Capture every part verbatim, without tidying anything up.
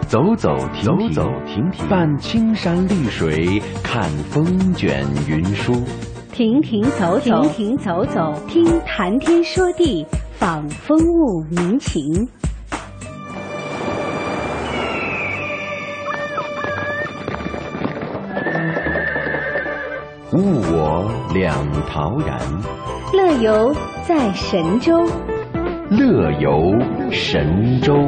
走走停停，走走停停，伴青山绿水，看风卷云舒。 停停走走，停停走走，听谈天说地，访风物民情。 物我两陶然， 乐游在神州。 乐游神州。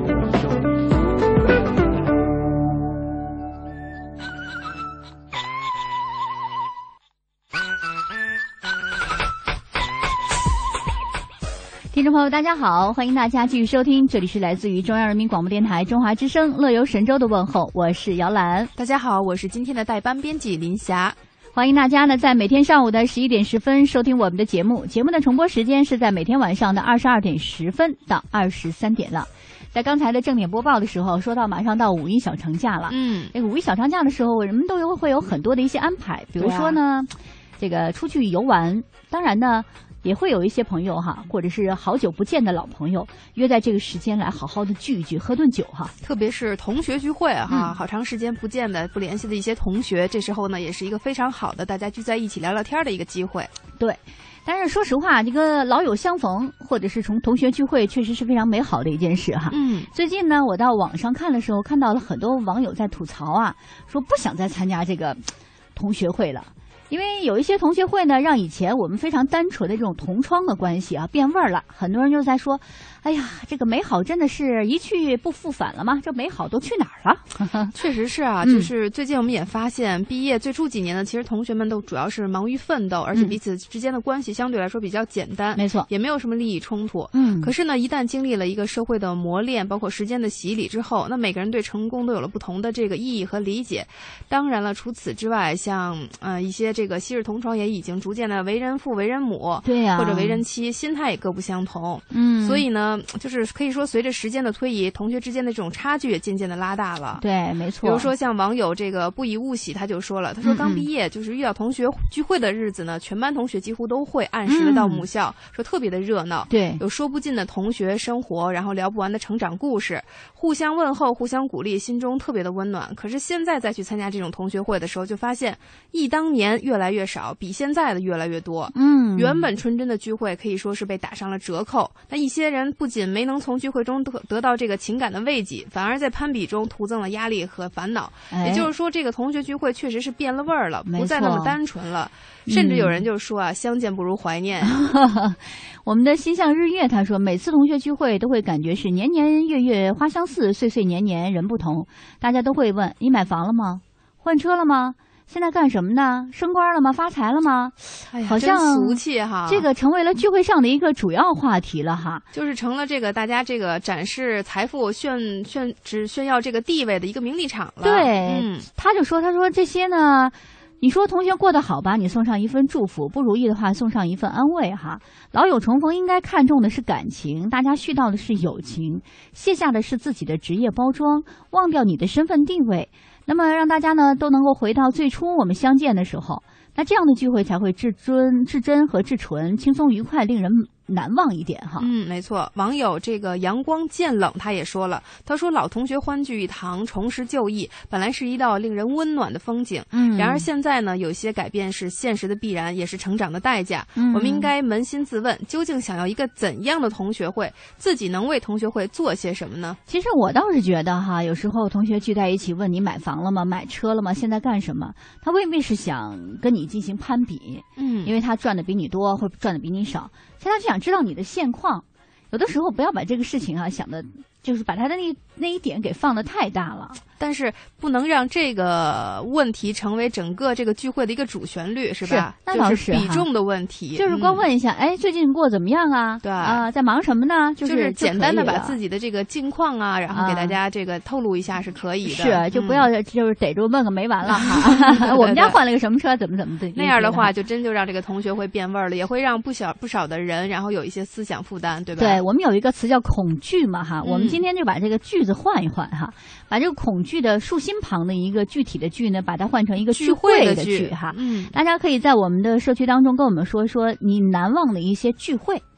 听众朋友大家好，欢迎大家继续收听，这里是来自于中央人民广播电台中华之声乐游神州的问候，我是姚兰。 大家好，我是今天的代班编辑林霞。 欢迎大家呢在每天上午的十一点十分收听我们的节目，节目的重播时间是在每天晚上的二十二点十分到二十三点了。在刚才的正点播报的时候说到马上到五一小长假了，嗯，这个五一小长假的时候人们都有会有很多的一些安排，比如说呢、啊、这个出去游玩，当然呢也会有一些朋友哈，或者是好久不见的老朋友约在这个时间来好好的聚一聚，喝顿酒哈。 特别是同学聚会哈、嗯，好长时间不见的、不联系的一些同学，这时候呢也是一个非常好的大家聚在一起聊聊天的一个机会。 对，但是说实话，这个老友相逢或者是从同学聚会，确实是非常美好的一件事哈。嗯，最近呢，我到网上看的时候，看到了很多网友在吐槽啊，说不想再参加这个同学会了。因为有一些同学会呢，让以前我们非常单纯的这种同窗的关系啊变味儿了。很多人就在说，哎呀，这个美好真的是一去不复返了吗？这美好都去哪儿了？ 确实是啊，就是最近我们也发现，毕业最初几年呢，其实同学们都主要是忙于奋斗，而且彼此之间的关系相对来说比较简单， 没错， 也没有什么利益冲突。嗯，可是呢，一旦经历了一个社会的磨练，包括时间的洗礼之后，那每个人对成功都有了不同的这个意义和理解。当然了，除此之外，像呃一些这个昔日同窗也已经逐渐的为人父、为人母， 对呀、啊， 或者为人妻，心态也各不相同。嗯，所以呢，就是可以说，随着时间的推移，同学之间的这种差距也渐渐的拉大了。 对，没错。 比如说像网友这个不以物喜，他就说了，他说刚毕业、嗯、就是遇到同学聚会的日子呢，全班同学几乎都会按时的到母校，嗯、说特别的热闹。 对， 有说不尽的同学生活，然后聊不完的成长故事，互相问候，互相鼓励，心中特别的温暖。可是现在再去参加这种同学会的时候，就发现忆当年越来越少，比现在的越来越多。嗯，原本纯真的聚会可以说是被打上了折扣。那一些人不仅没能从聚会中得得到这个情感的慰藉，反而在攀比中徒增了压力和烦恼。哎、也就是说，这个同学聚会确实是变了味儿了，不再那么单纯了。甚至有人就说啊，嗯、相见不如怀念。 我们的心向日月他说，每次同学聚会都会感觉是年年月月花相似，岁岁年年人不同。大家都会问你买房了吗？换车了吗？现在干什么呢？升官了吗？发财了吗？ 哎呀， 好像俗气哈， 这个成为了聚会上的一个主要话题了哈， 就是成了这个大家这个展示财富、炫炫只炫耀这个地位的一个名利场了。 对，嗯，他就说，他说这些呢，你说同学过得好吧，你送上一份祝福；不如意的话，送上一份安慰哈。老友重逢应该看重的是感情，大家絮叨的是友情，卸下的是自己的职业包装，忘掉你的身份地位。那么让大家呢都能够回到最初我们相见的时候，那这样的聚会才会至真、至真和至纯，轻松愉快，令人难忘一点哈。 嗯，没错。网友这个阳光渐冷他也说了，他说老同学欢聚一堂，重拾旧谊，本来是一道令人温暖的风景。嗯，然而现在呢，有些改变是现实的必然，也是成长的代价。嗯，我们应该扪心自问，究竟想要一个怎样的同学会？自己能为同学会做些什么呢？ 其实我倒是觉得哈，有时候同学聚在一起问你买房了吗？买车了吗？现在干什么？他未必是想跟你进行攀比，嗯，因为他赚的比你多，或者赚的比你少。其实他就想知道你的现况，有的时候不要把这个事情啊想的，就是把他的那那一点给放得太大了。 但是不能让这个问题成为整个这个聚会的一个主旋律，是吧？ 是，那倒是比重的问题。 就是光问一下，哎、嗯，最近过怎么样啊？ 对啊、呃，在忙什么呢？就是、 就是、简单的把自己的这个近况啊，然后给大家这个透露一下是可以的。 是，就不要就是逮着问个没完了哈。我们家换了个什么车，怎么怎么的。 那样的话，就真就让这个同学会变味儿了，也会让不少不少的人，然后有一些思想负担，对吧？ 对，我们有一个词叫恐惧嘛哈、嗯，我们今天就把这个句子换一换哈，把这个恐惧的竖心旁的一个具体的聚呢，把它换成一个聚会的聚哈。嗯，大家可以在我们的社区当中跟我们说说你难忘的一些聚会。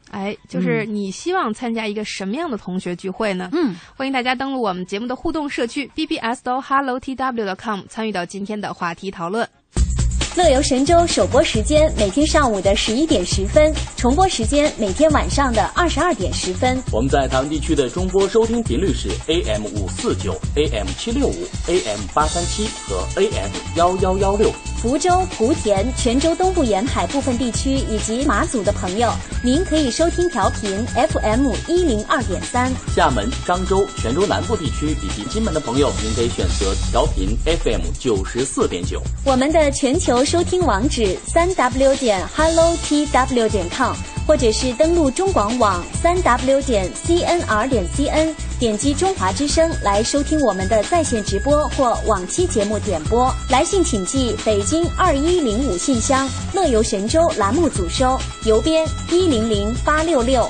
哎，就是你希望参加一个什么样的同学聚会呢？嗯，欢迎大家登录我们节目的互动社区 b b s 到 hello t w 点 com 参与到今天的话题讨论。 乐游神州首播时间每天上午的十一点十分，重播时间每天晚上的二十二点十分。 我们在台湾地区的中波收听频率是 A M 五四九、A M 七六五、A M 八三七和 A M 幺幺幺六。 福州、莆田、泉州东部沿海部分地区以及马祖的朋友，您可以收听调频 F M 一零二点三。 厦门、漳州、泉州南部地区以及金门的朋友，您可以选择调频 F M 九十四点九。 我们的全球收听网址三 w 点 hello t w 点 com， 或者是登录中广网三 w 点 c n r 点 c n， 点击中华之声来收听我们的在线直播或往期节目点播。来信请寄北京二一零五信箱，乐游神州栏目组收，邮编一零零八六六。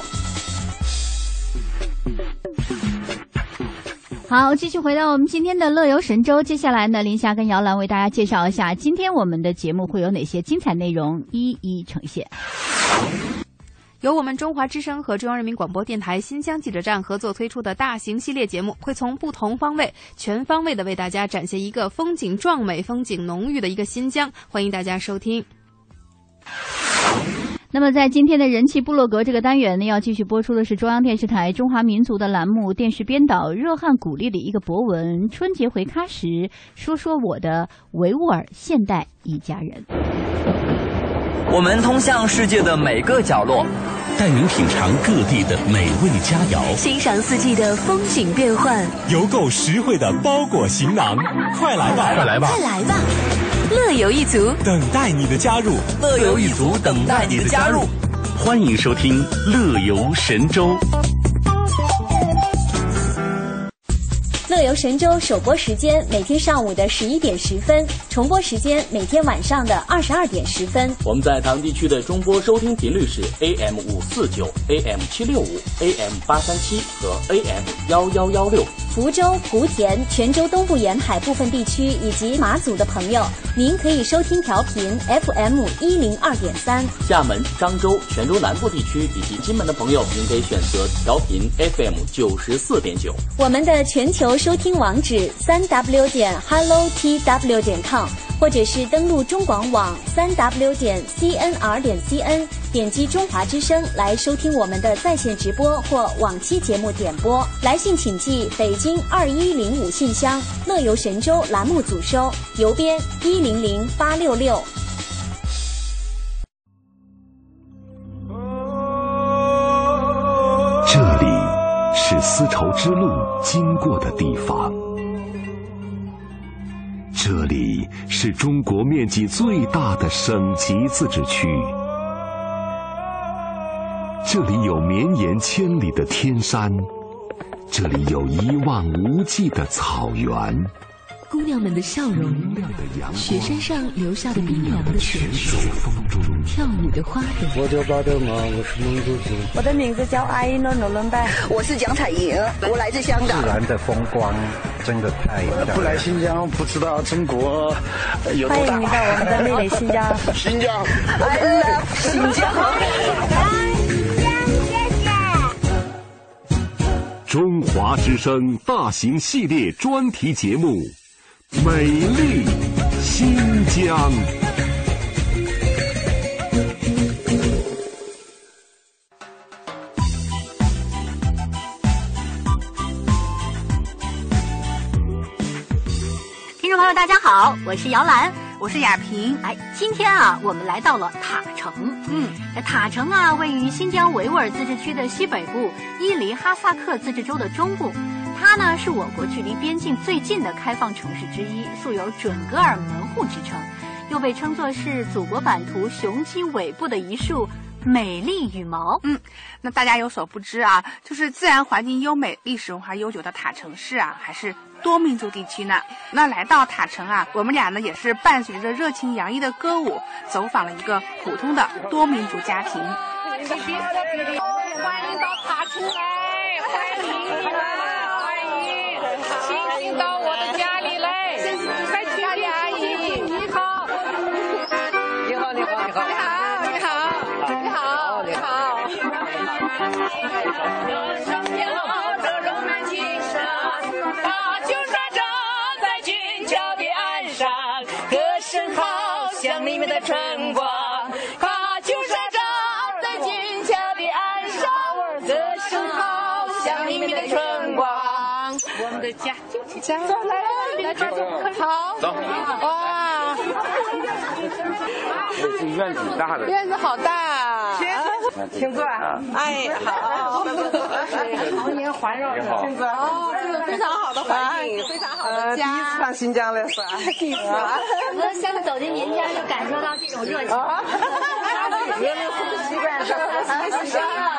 好，继续回到我们今天的乐游神州。接下来呢，林霞跟姚兰为大家介绍一下今天我们的节目会有哪些精彩内容，一一呈现。 由我们中华之声和中央人民广播电台新疆记者站合作推出的大型系列节目，会从不同方位全方位的为大家展现一个风景壮美、风景浓郁的一个新疆，欢迎大家收听。 那么在今天的人气部落格这个单元呢，要继续播出的是中央电视台中华民族的栏目电视编导热汗鼓励的一个博文，春节回喀时，说说我的维吾尔现代一家人。 我们通向世界的每个角落， 带您品尝各地的美味佳肴， 欣赏四季的风景变幻， 邮购实惠的包裹行囊，快来吧， 快来吧， 快来吧！乐游一族等待你的加入， 乐游一族等待你的加入。 欢迎收听乐游神州。 乐游神州首播时间每天上午的十一点十分，重播时间每天晚上的二十二点十分。 我们在台湾地区的中波收听频率是 A M 五四九、A M 七六五、A M 八三七和 A M 幺幺幺六。 福州、莆田、泉州东部沿海部分地区以及马祖的朋友，您可以收听调频 F M 一零二点三。 厦门、漳州、泉州南部地区以及金门的朋友，您可以选择调频 F M 九十四点九。 我们的全球收听网址三 w 点 hello t w 点 com， 或者是登录中广网三 w 点 c n r 点 c n， 点击中华之声来收听我们的在线直播或往期节目点播。来信请寄北京二一零五信箱，乐游神州栏目组收，邮编一零零八六六。 这里是丝绸之路经过的地方，这里是中国面积最大的省级自治区，这里有绵延千里的天山，这里有一望无际的草原， 姑娘们的笑容，雪山上留下的冰凉的泉水，跳舞的花朵。 我叫巴德玛，我是蒙古族。 我的名字叫阿依诺诺伦拜， 我是蒋彩莹，我来自香港。 自然的风光真的太漂亮，不来新疆不知道中国有多大。 欢迎你到我们的美丽新疆。 新疆 ，I love 新疆。 中华之声大型系列专题节目《美丽新疆》。 听众朋友，大家好，我是姚兰，我是雅萍。哎，今天啊，我们来到了塔城。嗯，塔城啊，位于新疆维吾尔自治区的西北部，伊犁哈萨克自治州的中部。它呢，是我国距离边境最近的开放城市之一，素有准噶尔门户之称，又被称作是祖国版图雄鸡尾部的一束美丽羽毛。 嗯，那大家有所不知啊，就是自然环境优美、历史文化悠久的塔城市啊，还是多民族地区呢。那来到塔城啊，我们俩呢也是伴随着热情洋溢的歌舞，走访了一个普通的多民族家庭。欢迎到塔城来，欢迎你们，欢迎，请进到我的家里来。快请大家阿姨，你好， 你好，你好，你好， 你好，你好，你好，你好，你好。 里面的春光，卡秋莎站在俊俏的岸上，歌声好像里面的春光。我们的家家走来来这好走哇！ 这院子挺大的， 院子好大啊！ 请坐。 哎，好， 常年环绕着，请坐。 哦，这个非常好的环境，非常好的家。 第一次上新疆来是吧？ 第一次。 我刚走进您家就感受到这种热情。 我们不习惯，不习惯。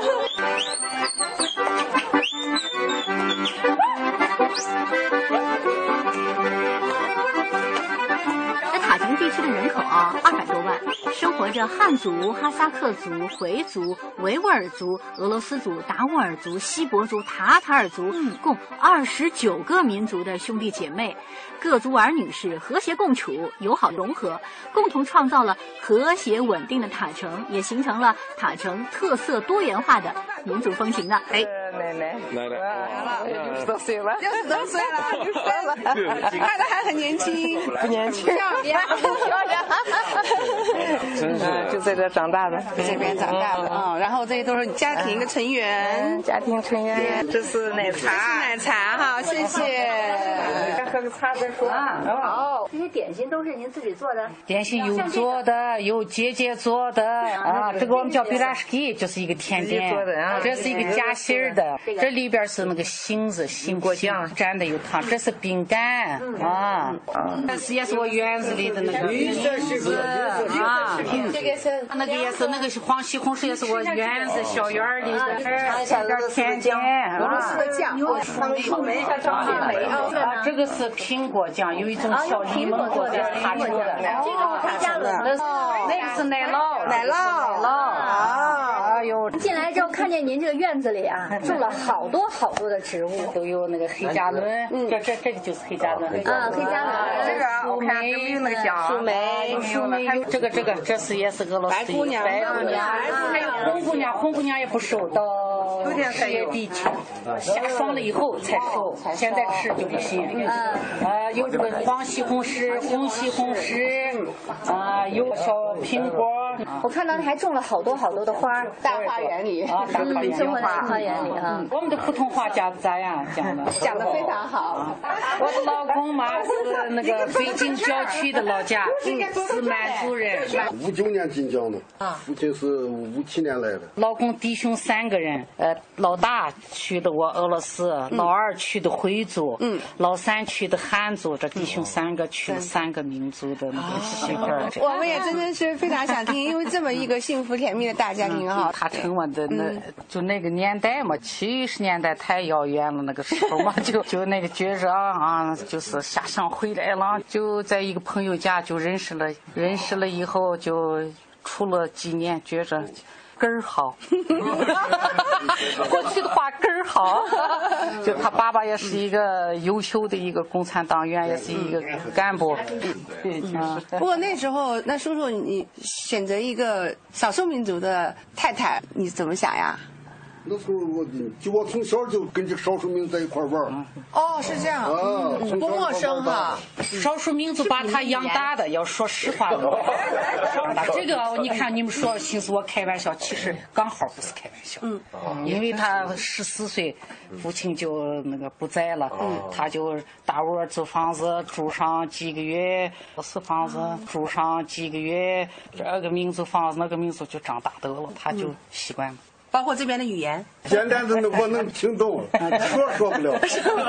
在塔城地区的人口啊，二百多万，生活着汉族、哈萨克族、回族、维吾尔族、俄罗斯族、达斡尔族、锡伯族、塔塔尔族，共二十九个民族的兄弟姐妹，各族儿女是和谐共处、友好融合，共同创造了和谐稳定的塔城，也形成了塔城特色多元化的民族风情呢。哎， 奶奶， 奶奶来了， 六十多岁了， 六十多岁了，六十岁了，看着还很年轻， 不年轻， 漂亮，漂亮， 真是就在这长大的， 在这边长大的啊。然后这些都是家庭的成员， 家庭成员，这是奶茶， 奶茶哈，谢谢。 喝个茶再说。 好，这些点心都是您自己做的？ 点心有做的，有姐姐做的啊。这个我们叫贝拉什基，就是一个甜点。这是一个夹心儿的，这里边是那个杏子、杏果酱蘸的有糖。这是饼干啊，这是也是我园子里的那个栗子啊。 这个是那个也是那个是黄西红柿，也是我园子小园里的甜点啊。 俄罗斯的酱，树莓，树莓啊。 这个是苹果酱，有一种小柠檬果的塔城的。 这个是黑加仑， 那个是奶酪， 奶酪，奶酪啊！哎呦， 进来之后看见您这个院子里啊，种了好多好多的植物， 都有那个黑加仑，嗯，这这这个就是黑加仑， 啊，黑加仑， 这个我看没有那个酱， 树莓， 树莓，还有这个这个，这是也是俄罗斯白姑娘， 白姑娘，还有红姑娘，红姑娘也不熟，到十月底去下霜了以后才熟，现在吃就不行。啊，有这个黄西红柿、红西红柿，啊，有小苹果。 我看到还种了好多好多的花， 大花园里啊，大花园花花园里啊。 我们的普通话讲咋样讲的？ 讲的非常好。 我的老公嘛是那个北京郊区的老家，是满族人。 五九年进疆的，啊，父亲是五七年来的。 老公弟兄三个人，呃，老大去的我俄罗斯，老二去的回族，嗯，老三去的汉族，这弟兄三个去了三个民族的那个媳妇儿。 我们也真的是非常想听，因为这么一个幸福甜蜜的大家庭哈。 塔城嘛的那就那个年代嘛，七十年代太遥远了，那个时候嘛就就那个觉着啊，就是下乡回来了，就在一个朋友家就认识了，认识了以后就处了几年，觉着根儿好，过去的话根儿好，就他爸爸也是一个优秀的一个共产党员，也是一个干部。 嗯，不过那时候，那叔叔你选择一个少数民族的太太，你怎么想呀？ 那时候我就我从小就跟这少数民族在一块玩。 哦，是这样，啊，不陌生哈。 少数民族把他养大的，要说实话的。这个你看你们说心思我开玩笑，其实刚好不是开玩笑。嗯，因为他十四岁，父亲就那个不在了，嗯，他就大窝租房子住上几个月，是房子住上几个月，这个民族房子那个民族就长大得了，他就习惯了。 包括这边的语言， 简单的我能听懂，说说不了。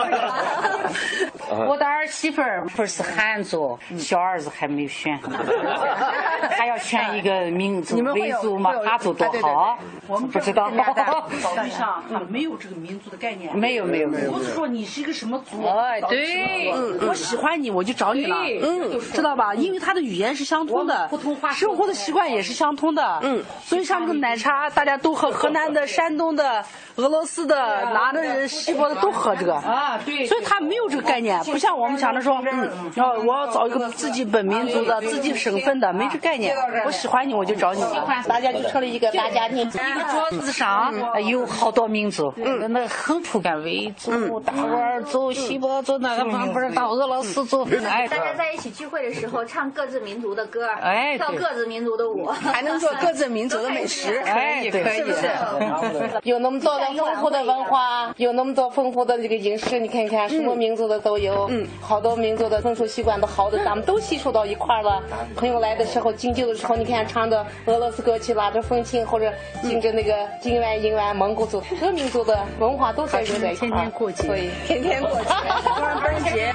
我的儿媳妇儿不是汉族，小儿子还没有选，还要选一个民族维族嘛，他族多好。 我们不知道。 早对象他没有这个民族的概念。 没有没有没有。 不是说你是一个什么族。 哎，对， 我喜欢你我就找你了，嗯，知道吧？因为他的语言是相通的， 普通话生活的习惯也是相通的，嗯，所以像这个奶茶大家都喝喝。 南的、山东的、俄罗斯的、哪的人、西伯的都喝这个啊，对， 所以他没有这个概念，不像我们想着说，嗯，要我要找一个自己本民族的、自己省份的，没这概念。我喜欢你，我就找你。 大家就成了一个大家庭， 一个桌子上有好多民族，嗯，那很普遍，维族、达斡尔族、锡伯族，那个旁边到俄罗斯族，哎， 大家在一起聚会的时候唱各自民族的歌， 哎， 跳各自民族的舞， 还能做各自民族的美食， 哎，可以， 有那么多的丰富的文化，有那么多丰富的这个饮食，你看看什么民族的都有，嗯，好多民族的风俗习惯都好的，咱们都吸收到一块了。朋友来的时候敬酒的时候，你看唱着俄罗斯歌曲，拉着风琴，或者敬着那个金湾、银湾、蒙古族，各民族的文化都在这在一块， 天天过节， 所以天天过节， 端灯节。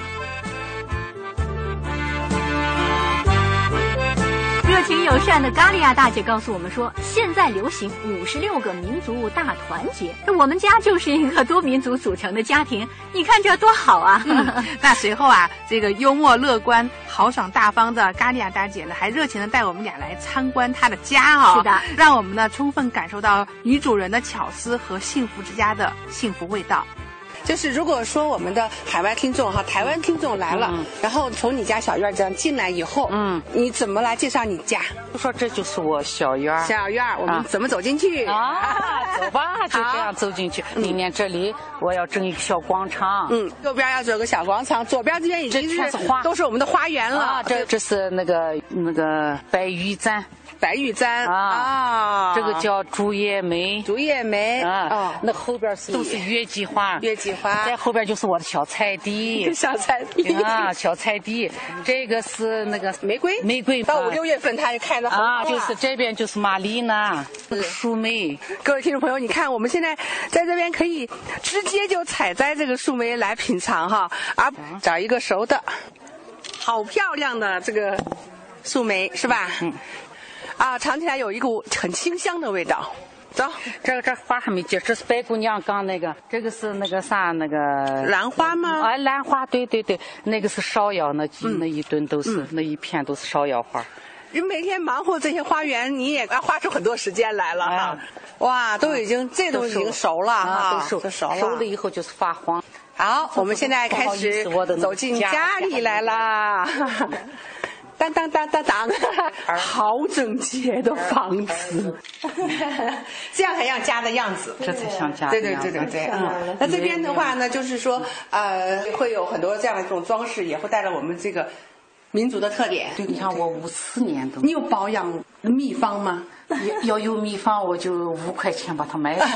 热情友善的咖利亚大姐告诉我们说，现在流行五十六个民族大团结，我们家就是一个多民族组成的家庭，你看这多好啊！ 嗯、那随后啊，这个幽默乐观、豪爽大方的咖利亚大姐呢，还热情的带我们俩来参观她的家哦， 是的， 让我们呢充分感受到女主人的巧思和幸福之家的幸福味道。 就是如果说我们的海外听众哈，台湾听众来了，嗯、然后从你家小院这样进来以后，嗯，你怎么来介绍你家？ 就说这就是我小院。 小院，我们怎么走进去？ 啊，走吧，就这样走进去。里面这里我要整一个小广场， 嗯，右边要做个小广场，左边这边已经是花，都是我们的花园了。 啊，这这是那个那个白玉簪。 白玉簪啊，这个叫竹叶梅， 竹叶梅啊，那后边是都是月季花， 月季花， 在后边就是我的小菜地， 小菜地啊，小菜地，这个是那个玫瑰， 玫瑰， 到五六月份它就开得很好啊，就是这边就是玛丽娜，树莓。 各位听众朋友，你看我们现在在这边可以直接就采摘这个树莓来品尝哈，啊，找一个熟的，好漂亮的这个树莓是吧？嗯。啊，尝起来有一股很清香的味道。走， 这个这花还没结，这是白姑娘刚那个，这个是那个啥那个兰花吗？ 啊，兰花，对对对，那个是芍药，那、嗯、那一吨都是、嗯、那一片都是芍药花。 你每天忙活这些花园，你也花出很多时间来了哈。啊、哇，都已经、嗯、这都已经熟了哈， 啊、都熟熟了， 熟了以后就是发黄。 好，我们现在开始走进家里来啦。当当当当当，好整洁的房子，这样才像家的样子， 这才像家的样子。对对对对对，嗯。那这边的话呢，就是说，呃，会有很多这样的这种装饰，也会带了我们这个民族的特点。 对，你看我五四年的， 你有保养秘方吗？ 要有秘方，我就五块钱把它买了。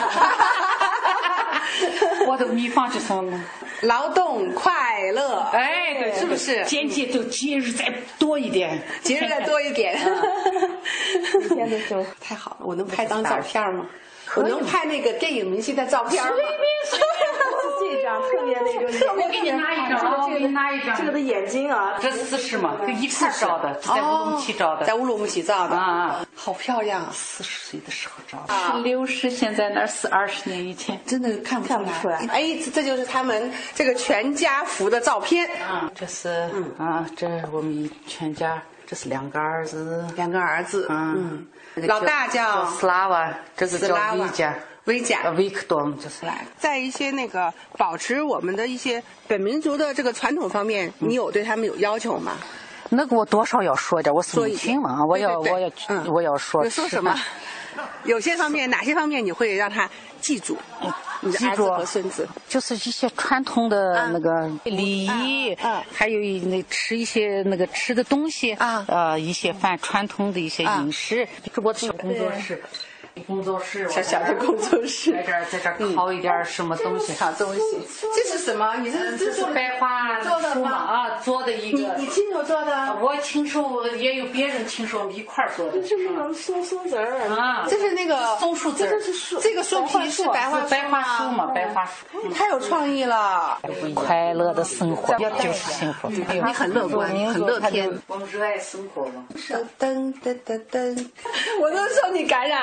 我的秘方就是劳动快乐， 哎，对， 是不是？ 节节都节日再多一点， 节日再多一点。 每天都说太好了，我能拍张照片吗？我能拍那个电影明星的照片吗？ 随便随便， 这张特别那个。 我给你拿一张，我给你拿一张。 这个的眼睛啊， 这四十嘛，跟一块照的，在乌鲁木齐照的， 在乌鲁木齐照的啊， 好漂亮。 四十岁的时候照的，六十现在那是二十年以前， 真的看不出来。哎，这就是他们这个全家福的照片啊，这是啊，这我们全家，这是两个儿子， 两个儿子，嗯。老大叫斯拉瓦，这个叫维加， 维加， 维克多姆就是来。 在一些那个保持我们的一些本民族的这个传统方面，你有对他们有要求吗？ 那个我多少要说点，我是母亲嘛，我要我要我要说。 你说什么？有些方面，哪些方面你会让他记住？你的儿子和孙子， 就是一些传统的那个礼仪，还有那吃一些那个吃的东西啊，呃，一些反传统的一些饮食。这我的小工作室。工作室， 小小的工作室， 在这儿，在这儿烤一点什么东西， 烤东西。这是什么？你这这是白花做的吗？ 啊，做的一个。 你你亲手做的？ 我亲手，也有别人亲手，我们一块儿做的。 这是那种松松子儿啊， 这是那个松树子儿， 这个树皮是白花白花树嘛，白花树。 太有创意了！ 快乐的生活就是幸福。 你很乐观，很乐天。 我们热爱生活嘛。 噔噔噔噔，我都受你感染了。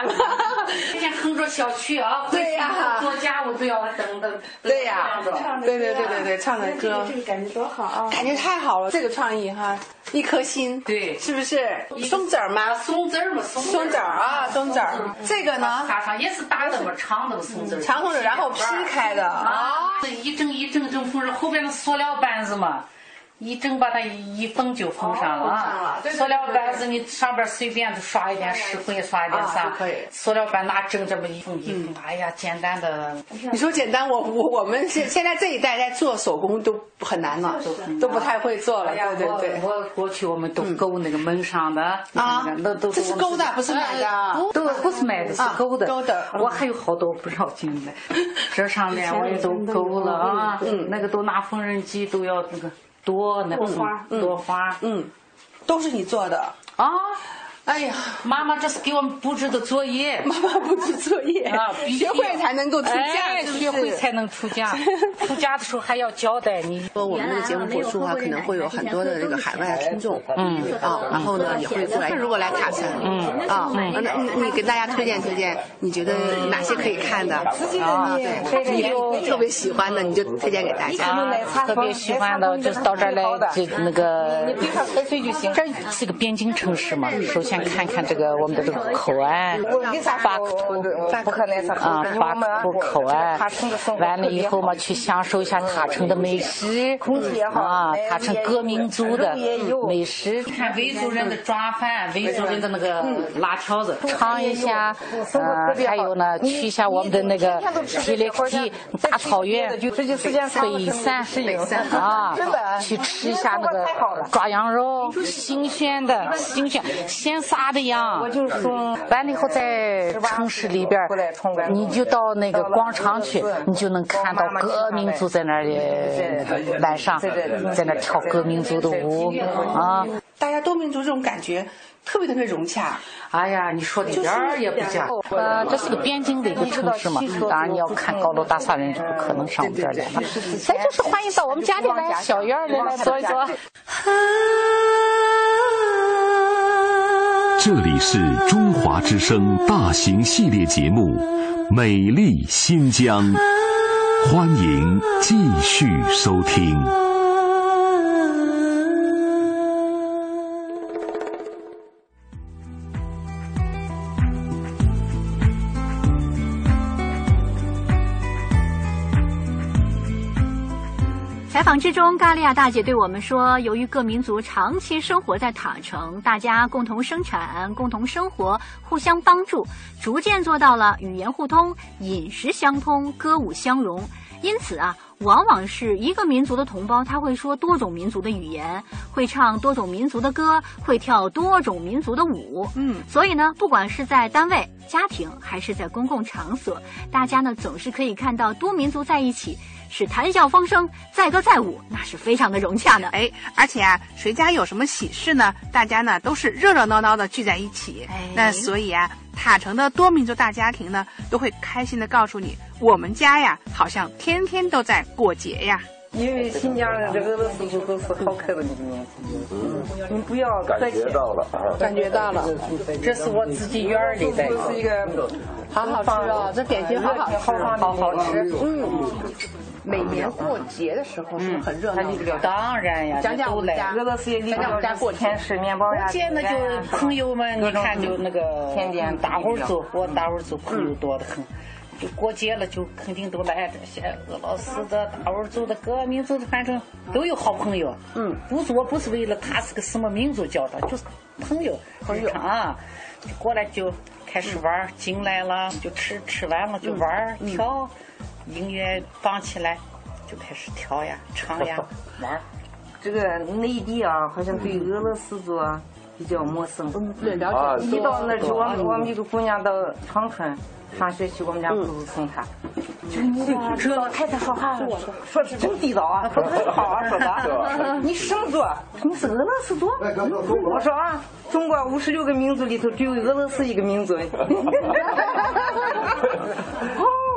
天天哼着小曲啊， 对呀， 做家务都要等等。 对呀，对对对对对，唱的歌， 这个感觉多好啊！ 感觉太好了，这个创意哈，一颗心， 对， 是不是？松子儿吗？ 松子儿嘛， 松子儿啊，松子儿。这个呢？ 插上也是打的嘛，长的松子儿。 长松子，然后劈开的啊。 这一整一整整缝上，后边的塑料板子嘛。一整把它一缝就缝上了啊！塑料板子你上边随便就刷一点石灰，刷一点啥，可以。塑料板拿整这么一缝一缝，哎呀，简单的。 你说简单，我我我们现现在这一代在做手工都很难了，都不太会做了。对对对。 我过去我们都勾那个门上的啊， 那都这是勾的，不是买的。 都不是买的，是勾的。 勾的。 我还有好多不绕进来，这上面我也都勾了啊。嗯，那个都拿缝纫机都要那个。多那花，多花， 嗯，都是你做的啊！ 哎呀， 妈妈这是给我们布置的作业， 妈妈布置作业啊，学会才能够出嫁，是不是？ 学会才能出嫁，出嫁的时候还要交代你。 说我们这个节目播出的话，可能会有很多的这个海外的听众，嗯啊，然后呢也会过来，如果来塔城，嗯啊，那你给大家推荐推荐，你觉得哪些可以看的啊？对，你特别喜欢的，你就推荐给大家。 特别喜欢的就是到这儿来，就那个，你比如说开水就行。这是个边境城市嘛，首先。先看看这个我们的这个口岸，法土啊，法土口岸，完了以后嘛，去享受一下塔城的美食，啊，塔城各民族的美食，看维族人的抓饭，维族人的那个辣条子，尝一下，呃，还有呢，去一下我们的那个铁列提大草原，北山，啊，去吃一下那个抓羊肉，新鲜的，新鲜鲜。撒的呀，我就是说，完了以后在城市里边，你就到那个广场去，你就能看到各民族在那里晚上在那跳各民族的舞啊。 大家多民族这种感觉特别特别融洽。 哎呀，你说的一点儿也不假。呃，这是个边境的一个城市嘛，当然你要看高楼大厦人是不可能上我们这儿来了。咱就是欢迎到我们家里来，小院里来坐一坐。 这里是中华之声大型系列节目《美丽新疆》，欢迎继续收听。 采访之中，嘎利亚大姐对我们说，由于各民族长期生活在塔城，大家共同生产、共同生活、互相帮助，逐渐做到了语言互通、饮食相通、歌舞相融。因此啊，往往是一个民族的同胞，他会说多种民族的语言，会唱多种民族的歌，会跳多种民族的舞。嗯，所以呢，不管是在单位、家庭，还是在公共场所，大家呢总是可以看到多民族在一起。是谈笑风生，载歌载舞，那是非常的融洽的。 哎，而且啊，谁家有什么喜事呢？大家呢都是热热闹闹的聚在一起。哎，那所以啊，塔城的多民族大家庭呢，都会开心的告诉你，我们家呀，好像天天都在过节呀。 因为新疆人这俄罗斯都是好客的民族，嗯，你不要客气。 感觉到了， 感觉到了， 这是我自己院里的， 是一个好好吃哦，这点心好好吃， 好好吃，嗯。每年过节的时候是很热闹的， 当然呀， 讲讲我们家俄罗斯也讲讲我们家过天吃面包呀， 过节那就朋友们，你看就那个天天大伙族，我大伙族朋友多得很。就过节了，就肯定都来这些俄罗斯的、达斡族的、各民族的，反正都有好朋友。嗯，不做不是为了他是个什么民族叫他，就是朋友，朋友啊，就过来就开始玩，进来了就吃，吃完了就玩、嗯、跳，音乐放起来就开始跳呀、唱呀、玩。 这个内地啊，好像对俄罗斯族啊比较陌生。 嗯，对，了解。 一到那去，我们我们一个姑娘到长春。上学去，我们家姑姑送她。就你这老太太说话了，说是真地道啊，说的好啊，说的。你什么族？你是俄罗斯族？我说啊，中国五十六个民族里头只有俄罗斯一个民族。哦，你们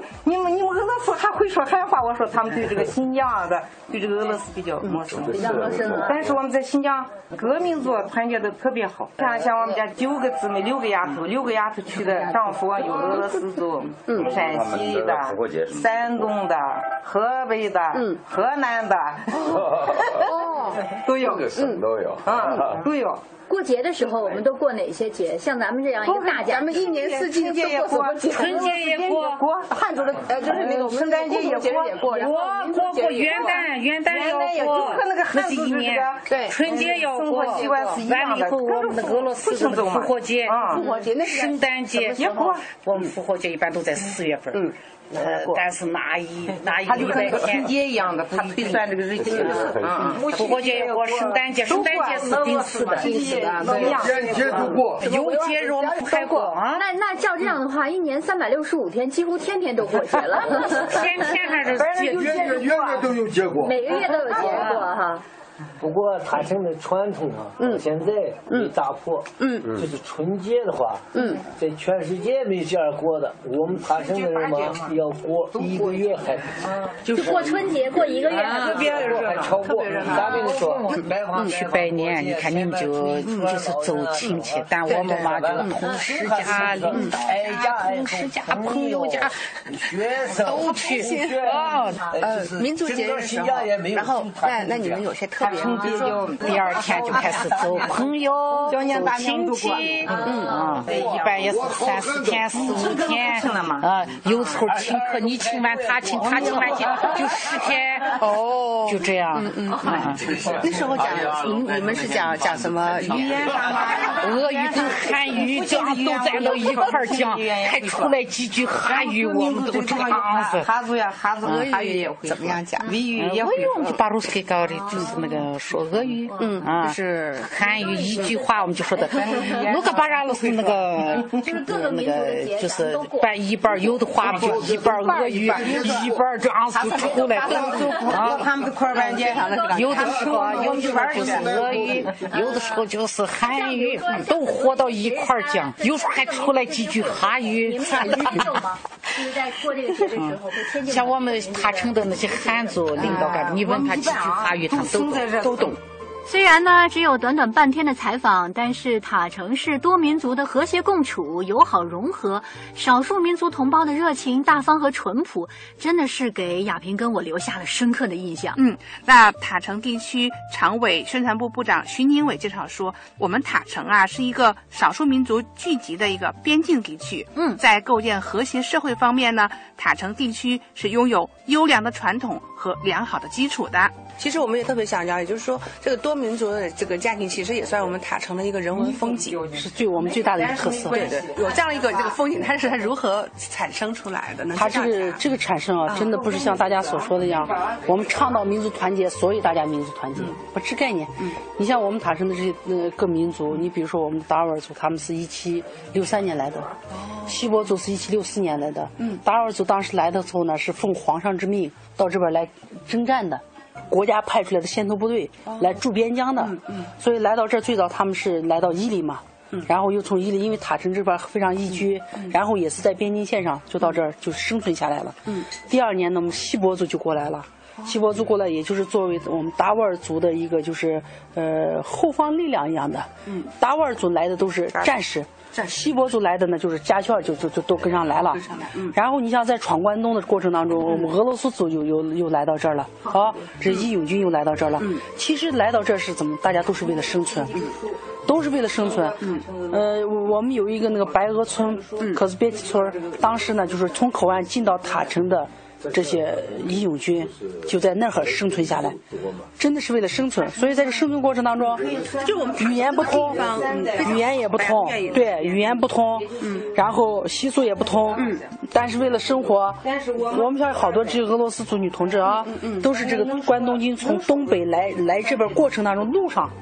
你们你们俄罗斯还会说汉话？我说他们对这个新疆的对这个俄罗斯比较陌生， 比较陌生。 但是我们在新疆各民族团结的特别好。像像我们家九个姊妹，六个丫头，六个丫头娶的丈夫有俄罗斯族，嗯，山西的、山东的、河北的、嗯，河南的，哦，都有， 各个省都有， 嗯，都有。 过节的时候，我们都过哪些节？像咱们这样一个大家， 咱们一年四季都过什么节？ 春节也过， 过汉族的呃，就是那个圣诞节也过， 也过，然后过过元旦，元旦要过，那个汉族是这个，对，春节要过，完了以后我们那个俄罗斯的复活节， 复活节那圣诞节也过，我们复活节一般都在四月份。嗯。呃，但是那一那一个礼拜天，春节一样的，他推算这个日期。嗯，复活节也过，圣诞节，圣诞节是定死的，定死的， 一样。节节都过， 有节日我们不还过啊？ 那那照这样的话，一年三百六十五天，几乎天天都过节了。 天天还是节， 月月月月都有节过， 每个月都有节过哈。 不过塔城的传统啊，到现在没打破。嗯，就是春节的话，嗯，在全世界没这样过的。我们塔城的人嘛，要过一个月还， 就过春节过一个月， 特别还超过。咱们说， 去拜年，你看你们就就是走亲戚，但我们嘛就同事家、领导家、同事家、朋友家、 学生都去。 哦，呃，民族节日的时候，然后那那你们有些特。 春节就第二天就开始走朋友、走亲戚，嗯啊，一般也是三四天、四五天啊。有时候请客，你请完他请，他请完请，就十天哦，就这样。 嗯嗯，那时候讲你们你们是讲讲什么语言上吗？ 俄语跟韩语这样都在到一块儿讲，还出来几句韩语，我们都这样子。哈族呀，哈族俄语也会怎么样讲？ 俄语也会，我们就把鲁斯给搞的，就是那个。说俄语，嗯啊， 就是韩语一句话我们就说的，如果把咱是那个那个就是半一半有的话就一半俄语，一半这样子出来啊，他们的块半截上了，有的时候有的时候就是俄语，有的时候就是韩语，都活到一块讲，有时候还出来几句哈语。 你们感觉激动吗？就是在过这个节的时候会迁就。 像我们塔城的那些汉族领导干部，你问他几句哈语，他们都都懂。 虽然呢只有短短半天的采访，但是塔城市多民族的和谐共处、友好融合，少数民族同胞的热情大方和淳朴，真的是给亚萍跟我留下了深刻的印象。 嗯，那塔城地区常委宣传部部长徐宁伟介绍说，我们塔城啊是一个少数民族聚集的一个边境地区。嗯，在构建和谐社会方面呢，塔城地区是拥有优良的传统和良好的基础的。 其实我们也特别想了解，就是说这个多民族的这个家庭，其实也算我们塔城的一个人文风景， 是最我们最大的一个特色。 对对，有这样一个这个风景，它是它如何产生出来的呢？ 它这个这个产生啊，真的不是像大家所说的一样，我们倡导民族团结，所以大家民族团结，不是概念。嗯，你像我们塔城的这些呃各民族，你比如说我们的达斡尔族，他们是一七六三年来的，锡伯族是一七六四年来的。嗯，达斡尔族当时来的时候呢，是奉皇上之命到这边来征战的。国家派出来的先头部队来驻边疆的，嗯嗯、所以来到这儿最早他们是来到伊犁嘛，嗯、然后又从伊犁，因为塔城这边非常宜居，嗯、然后也是在边境线上，就到这儿就生存下来了。嗯、第二年呢，我们锡伯族就过来了，锡伯族过来也就是作为我们达斡尔族的一个就是呃后方力量一样的。嗯、达斡尔族来的都是战士。锡伯族来的呢，就是家眷就就就都跟上来了。嗯、然后你像在闯关东的过程当中，我们俄罗斯族又又又来到这儿了，啊，这义勇军又来到这儿了。嗯、其实来到这儿是怎么？大家都是为了生存，嗯、都是为了生存。嗯、呃，我们有一个那个白鹅村，嗯、可是别提村，当时呢就是从口岸进到塔城的。这些义勇军就在那儿生存下来，真的是为了生存。所以在这生存过程当中，就我们语言不通，语言也不通，对，语言不通，然后习俗也不通，但是为了生活，我们像好多这些俄罗斯族女同志啊，都是这个关东军从东北来来这边过程当中路上。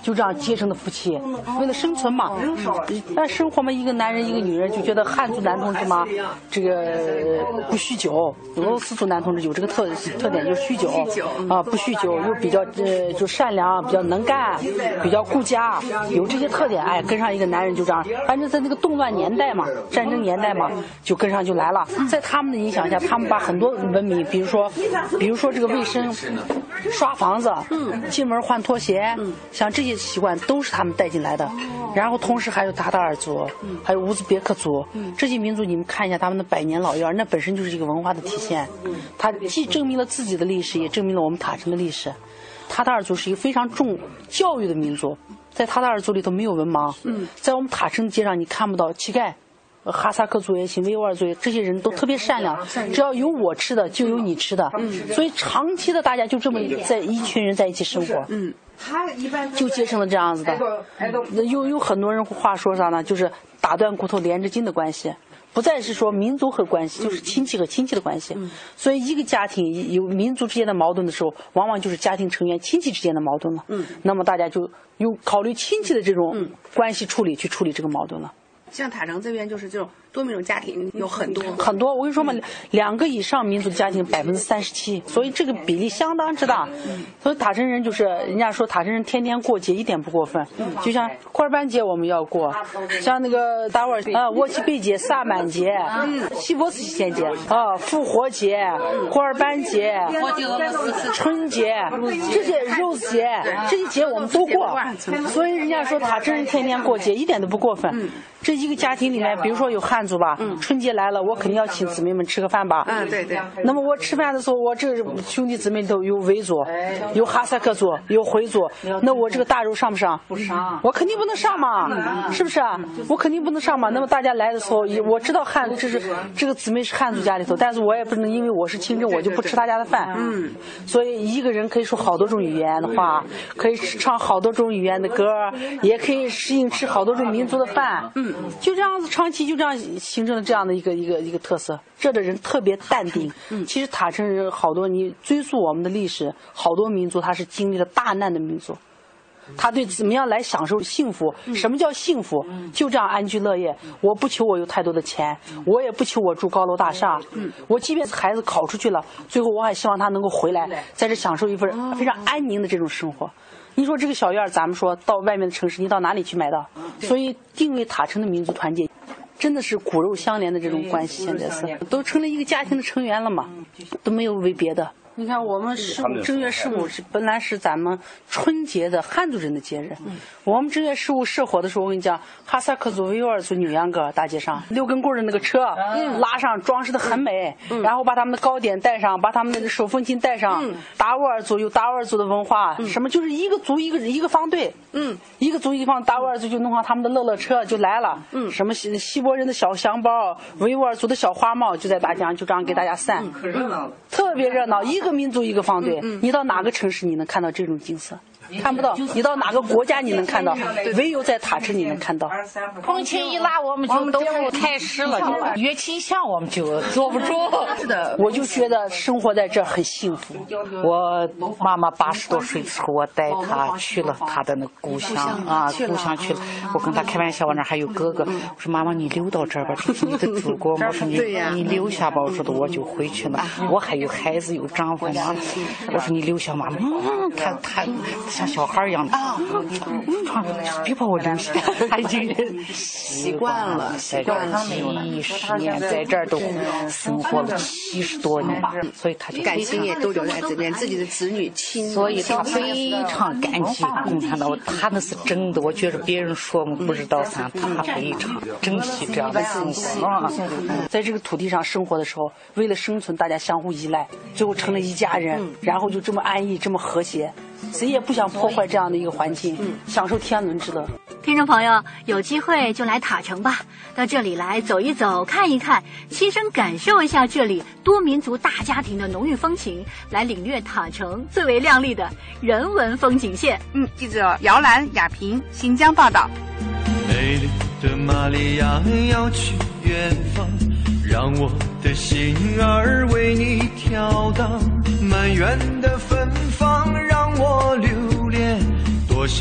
就这样结成的夫妻，为了生存嘛。但生活嘛，一个男人一个女人就觉得汉族男同志嘛，这个不酗酒，俄罗斯族男同志有这个特特点，就是酗酒啊，不酗酒，又比较呃就善良，比较能干，比较顾家，有这些特点。哎，跟上一个男人就这样，反正在那个动乱年代嘛，战争年代嘛，就跟上就来了。在他们的影响下，他们把很多文明，比如说，比如说这个卫生、刷房子、进门换拖鞋，像这些习惯都是他们带进来的。然后同时还有鞑靼尔族，还有乌兹别克族，这些民族你们看一下他们的百年老院，那本身就是一个文化的体现。它既证明了自己的历史，也证明了我们塔城的历史。鞑靼尔族是一个非常重教育的民族，在鞑靼尔族里头没有文盲。在我们塔城街上你看不到乞丐。哈萨克族也行，维吾尔族也，这些人都特别善良，只要有我吃的就有你吃的，所以长期的大家就这么在一群人在一起生活，嗯，就结成了这样子的。有有很多人话说啥呢？就是打断骨头连着筋的关系，不再是说民族和关系，就是亲戚和亲戚的关系。所以一个家庭有民族之间的矛盾的时候，往往就是家庭成员亲戚之间的矛盾了。嗯，那么大家就用考虑亲戚的这种关系处理去处理这个矛盾了。 像塔城这边就是这种多民族家庭有很多很多，我跟你说嘛，两个以上民族家庭百分之三十七，所以这个比例相当之大。所以塔城人就是人家说塔城人天天过节一点不过分，就像库尔班节我们要过，像那个达斡尔啊、沃齐贝节、萨满节、锡伯斯献节啊、复活节、库尔班节、春节这些肉节这些节我们都过，所以人家说塔城人天天过节一点都不过分。这一个家庭里面，比如说有汉族吧，嗯、春节来了，我肯定要请姊妹们吃个饭吧。 嗯，对对。 那么我吃饭的时候，我这兄弟姊妹都有维族，有哈萨克族，有回族，那我这个大肉上不上？不上。我肯定不能上嘛，是不是啊？我肯定不能上嘛。那么大家来的时候，我知道汉这是这个姊妹是汉族家里头，但是我也不能因为我是清真，我就不吃他家的饭。嗯。所以一个人可以说好多种语言的话，可以唱好多种语言的歌，也可以适应吃好多种民族的饭。嗯。就这样子长期就这样形成了这样的一个一个一个特色。这的人特别淡定。嗯，其实塔城人好多，你追溯我们的历史，好多民族他是经历了大难的民族。他对怎么样来享受幸福？什么叫幸福？就这样安居乐业。我不求我有太多的钱，我也不求我住高楼大厦。我即便是孩子考出去了，最后我还希望他能够回来，在这享受一份非常安宁的这种生活。你说这个小院，咱们说到外面的城市，你到哪里去买到？所以定位塔城的民族团结，真的是骨肉相连的这种关系，现在是都成了一个家庭的成员了嘛，都没有为别的。你看，我们十五正月十五是本来是咱们春节的汉族人的节日。嗯、我们正月十五社火的时候，我跟你讲，哈萨克族、维吾尔族扭秧歌，大街上六根棍的那个车，嗯、拉上装饰的很美，嗯、然后把他们的糕点带上，把他们的手风琴带上。嗯、达斡尔族有达斡尔族的文化，嗯、什么就是一个族一个一个方队，嗯，一个族一个方，达斡尔族就弄上他们的乐乐车就来了，嗯，什么西西伯人的小香包，维吾尔族的小花帽就在大街上就这样给大家散，嗯、可热闹了，特别热闹。一个民族一个方队，嗯嗯、你到哪个城市你能看到这种景色？看不到。你到哪个国家你能看到？唯有在塔城你能看到。 风琴一拉，我们就都开始了。乐器一响，我们就坐不住。 是的，我就觉得生活在这很幸福。 我妈妈八十多岁的时候，我带她去了她的那个故乡啊，故乡去了。我跟她开玩笑，我那还有哥哥，我说妈妈你留到这儿吧，这是你的祖国。我说你你留下吧，我说的我就回去了。我还有孩子有丈夫嘛，我说你留下妈妈。嗯，她她。像小孩一样的啊，别把我留下，他已经习惯了，习惯了几十年，在这儿都生活了七十多年，所以他就感情也都留在这边，自己的子女亲， 所以他非常感激共产党。他那是真的，我觉得别人说我不知道啥，他非常珍惜这样的生活啊。 在这个土地上生活的时候，为了生存，大家相互依赖，最后成了一家人，然后就这么安逸，这么和谐。谁也不想破坏这样的一个环境，嗯、享受天伦之乐。 听众朋友，有机会就来塔城吧，到这里来走一走，看一看，亲身感受一下这里多民族大家庭的浓郁风情，来领略塔城最为亮丽的人文风景线。 嗯，记者姚兰、亚平，新疆报道。 美丽的玛利亚要去远方，让我的心儿为你跳荡，满园的芬芳让我留恋，多少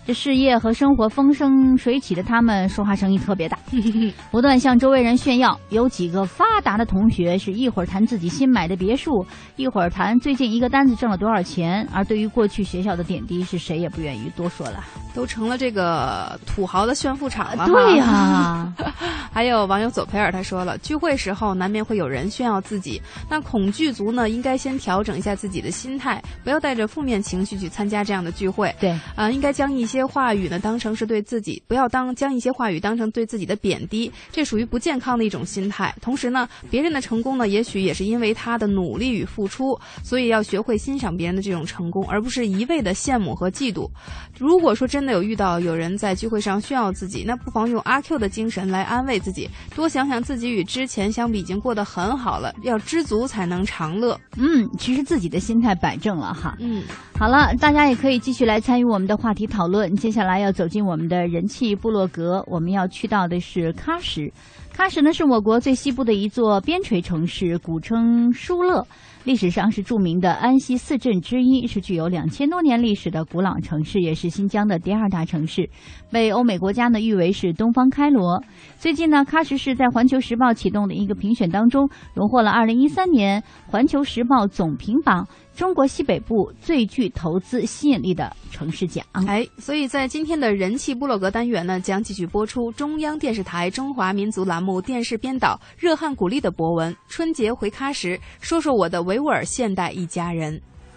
这事业和生活风生水起的他们，说话声音特别大，不断向周围人炫耀。有几个发达的同学是一会儿谈自己新买的别墅，一会儿谈最近一个单子挣了多少钱，而对于过去学校的点滴，是谁也不愿意多说了， 都成了这个土豪的炫富场了。 对呀、啊， 还有网友左培尔他说了，聚会时候难免会有人炫耀自己，那恐惧族呢，应该先调整一下自己的心态，不要带着负面情绪去参加这样的聚会。 对， 啊、呃，应该将一些话语呢当成是对自己，不要当将一些话语当成对自己的贬低，这属于不健康的一种心态。同时呢，别人的成功呢，也许也是因为他的努力与付出，所以要学会欣赏别人的这种成功，而不是一味的羡慕和嫉妒。如果说真的有遇到有人在聚会上炫耀自己，那不妨用阿 Q 的精神来安慰自己，多想想自己与之前相比已经过得很好了，要知足才能长乐。 嗯，其实自己的心态摆正了哈。 嗯， 好了，大家也可以继续来参与我们的话题讨论。接下来要走进我们的人气部落格，我们要去到的是喀什。喀什呢是我国最西部的一座边陲城市，古称疏勒，历史上是著名的安息四镇之一，是具有两千多年历史的古老城市，也是新疆的第二大城市，被欧美国家呢誉为是东方开罗。最近呢，喀什市在环球时报启动的一个评选当中，荣获了二零一三年环球时报总评榜中国西北部最具投资吸引力的城市奖。 哎，所以在今天的人气部落格单元呢，将继续播出中央电视台中华民族栏目电视编导热汗古丽的博文《春节回喀什》，说说我的维吾尔现代一家人。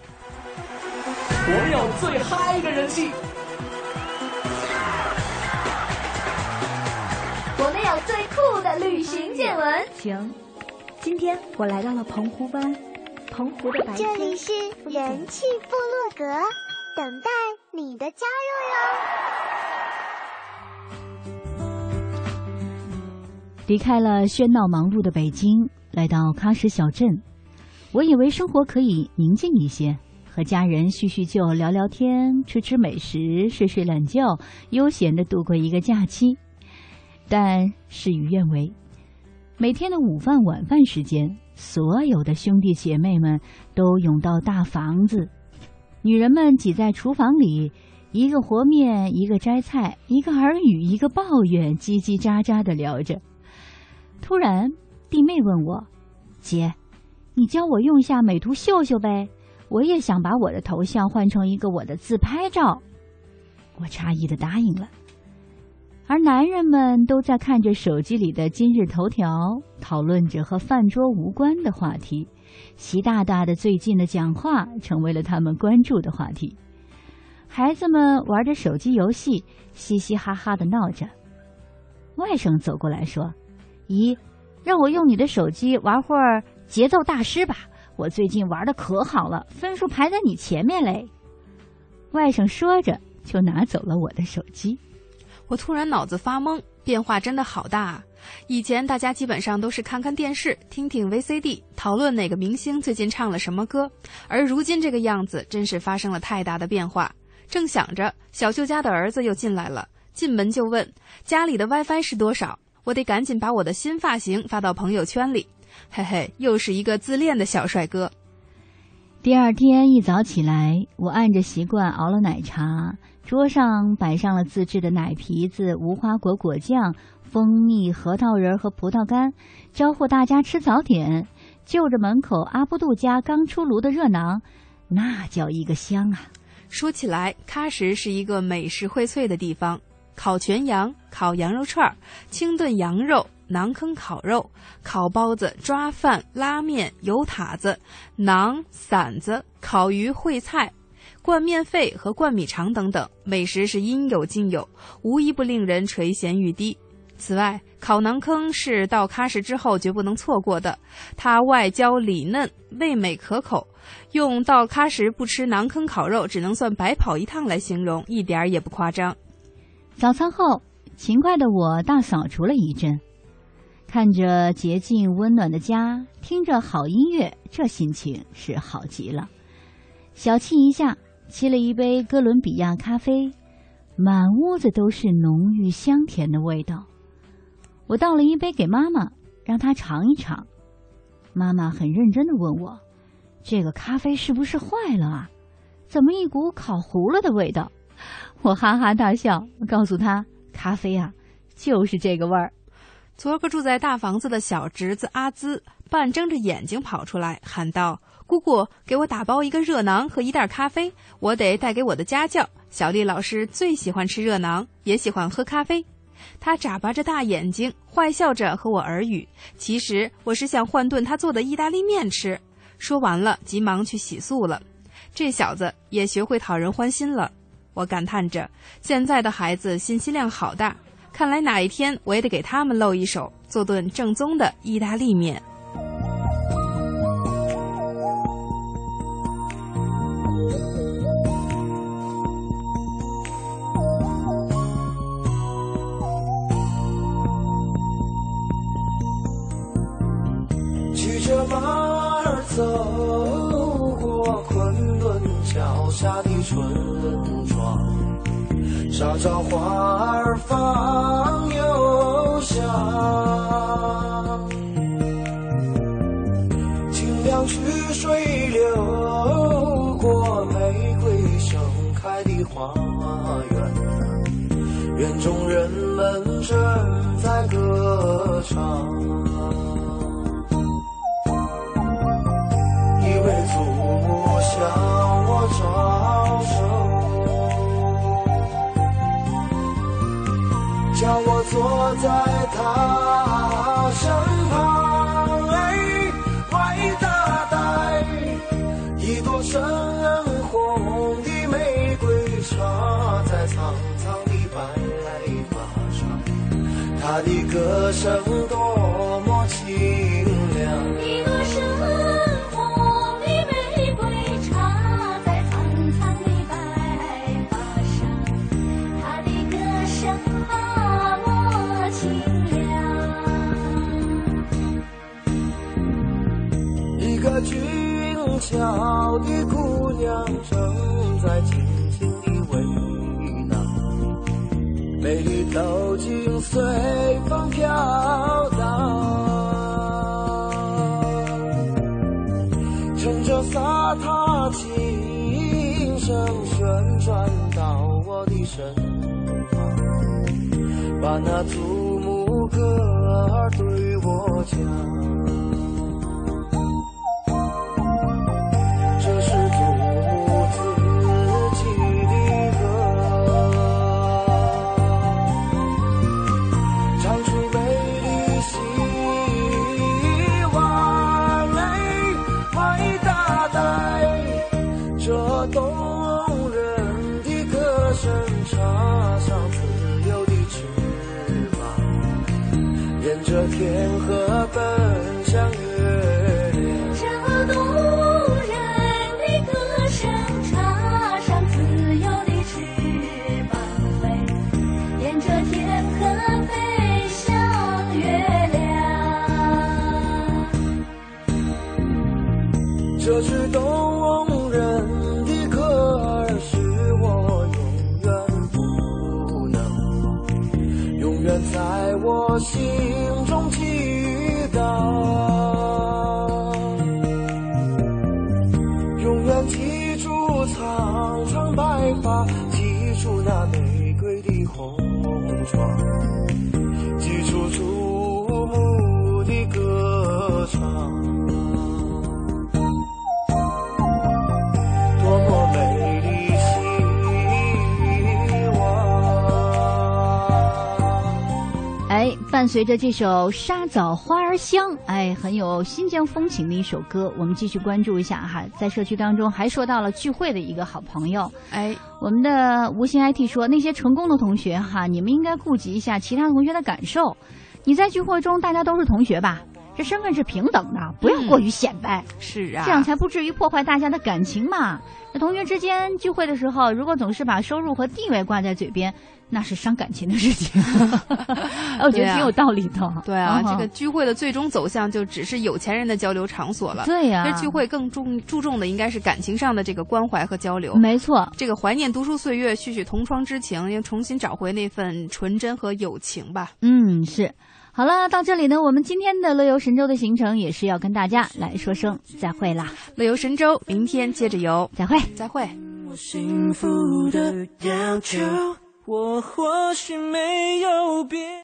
我有最嗨的人气， 我们有最酷的旅行见闻。 行，今天我来到了澎湖湾。澎湖的白天， 这里是人气部落格，等待你的加入哟。 离开了喧闹忙碌的北京，来到喀什小镇，我以为生活可以宁静一些，和家人叙叙旧、聊聊天、吃吃美食、睡睡懒觉，悠闲地度过一个假期。但事与愿违，每天的午饭、晚饭时间，所有的兄弟姐妹们都涌到大房子，女人们挤在厨房里，一个和面，一个摘菜，一个耳语，一个抱怨，叽叽喳喳地聊着。突然弟妹问我，姐，你教我用一下美图秀秀呗，我也想把我的头像换成一个我的自拍照。我诧异地答应了。而男人们都在看着手机里的今日头条，讨论着和饭桌无关的话题。习大大的最近的讲话成为了他们关注的话题。孩子们玩着手机游戏，嘻嘻哈哈地闹着。外甥走过来说，姨，让我用你的手机玩会儿节奏大师吧，我最近玩的可好了，分数排在你前面嘞。外甥说着就拿走了我的手机。 我突然脑子发懵，变化真的好大啊！以前大家基本上都是看看电视，听听 V C D， 讨论哪个明星最近唱了什么歌，而如今这个样子真是发生了太大的变化。正想着，小舅家的儿子又进来了，进门就问家里的 WiFi 是多少，我得赶紧把我的新发型发到朋友圈里。嘿嘿，又是一个自恋的小帅哥。 第二天一早起来，我按着习惯熬了奶茶，桌上摆上了自制的奶皮子、无花果果酱、蜂蜜、核桃仁和葡萄干，招呼大家吃早点。就着门口阿布杜家刚出炉的热馕，那叫一个香啊！ 说起来，喀什是一个美食荟萃的地方，烤全羊、烤羊肉串、清炖羊肉、馕坑烤肉、烤包子、抓饭、拉面、油塔子、馕、馓子、烤鱼、烩菜、灌面肺和灌米肠等等，美食是应有尽有，无一不令人垂涎欲滴。此外，烤馕坑是到喀什之后绝不能错过的，它外焦里嫩，味美可口，用到喀什不吃馕坑烤肉只能算白跑一趟来形容，一点也不夸张。 早餐后，勤快的我大扫除了一阵，看着洁净温暖的家，听着好音乐，这心情是好极了。小憩一下，沏了一杯哥伦比亚咖啡，满屋子都是浓郁香甜的味道。我倒了一杯给妈妈，让她尝一尝。妈妈很认真地问我，这个咖啡是不是坏了啊？怎么一股烤糊了的味道？ 我哈哈大笑，告诉他咖啡啊就是这个味儿。 昨个住在大房子的小侄子阿兹半睁着眼睛跑出来喊道，姑姑，给我打包一个热囊和一袋咖啡，我得带给我的家教。小丽老师最喜欢吃热囊，也喜欢喝咖啡。他眨巴着大眼睛，坏笑着和我耳语，其实我是想换顿他做的意大利面吃。说完了，急忙去洗漱了。这小子也学会讨人欢心了。我感叹着，现在的孩子信息量好大，看来哪一天我也得给他们露一手，做顿正宗的意大利面。 骑着马儿走过昆仑脚下的村庄，沙枣花儿放又香，清凉曲水流过玫瑰盛开的花园，园中人们正在歌唱。一位祖母向我招手，叫我坐在他身旁。哎，歪大带一朵深红的玫瑰插在苍苍的白发上，她的歌声多么清亮。 一朵深红的玫瑰插在苍苍的白发上，她的歌声那么清亮。 一个俊俏的姑娘正在轻轻地为难，美丽头巾随风飘荡，乘着萨塔琴声旋转到我的身旁，把那祖母歌儿对我讲。这是祖母自己的歌，唱出美丽希望。哎，歪大带这动人的歌声，插上自由的翅膀，沿着天河奔向月亮。 这动人的歌声，插上自由的翅膀飞，沿着天河飞向月亮。 这支动人的歌儿是我永远不能，永远在我心中记到，永远记住苍苍白发，记住那玫瑰的红妆，记住祖母的歌唱。多么美丽希望。 哎，伴随着这首《沙枣花儿香》，哎，很有新疆风情的一首歌。我们继续关注一下哈，在社区当中还说到了聚会的一个好朋友。 哎， 我们的无心 I T 说，那些成功的同学哈，你们应该顾及一下其他同学的感受。你在聚会中，大家都是同学吧？这身份是平等的，不要过于显摆。 嗯、是啊， 这样才不至于破坏大家的感情嘛。这同学之间聚会的时候，如果总是把收入和地位挂在嘴边，那是伤感情的事情。我觉得挺有道理的。 对啊，嗯、这个聚会的最终走向就只是有钱人的交流场所了。 对呀、啊， 其实聚会更重注重的应该是感情上的这个关怀和交流。 没错， 这个怀念读书岁月，叙叙同窗之情，又重新找回那份纯真和友情吧。 嗯，是。好了，到这里呢，我们今天的乐游神州的行程也是要跟大家来说声再会啦。 乐游神州，明天接着游， 再会， 再会。 幸福的要求，我或许没有别。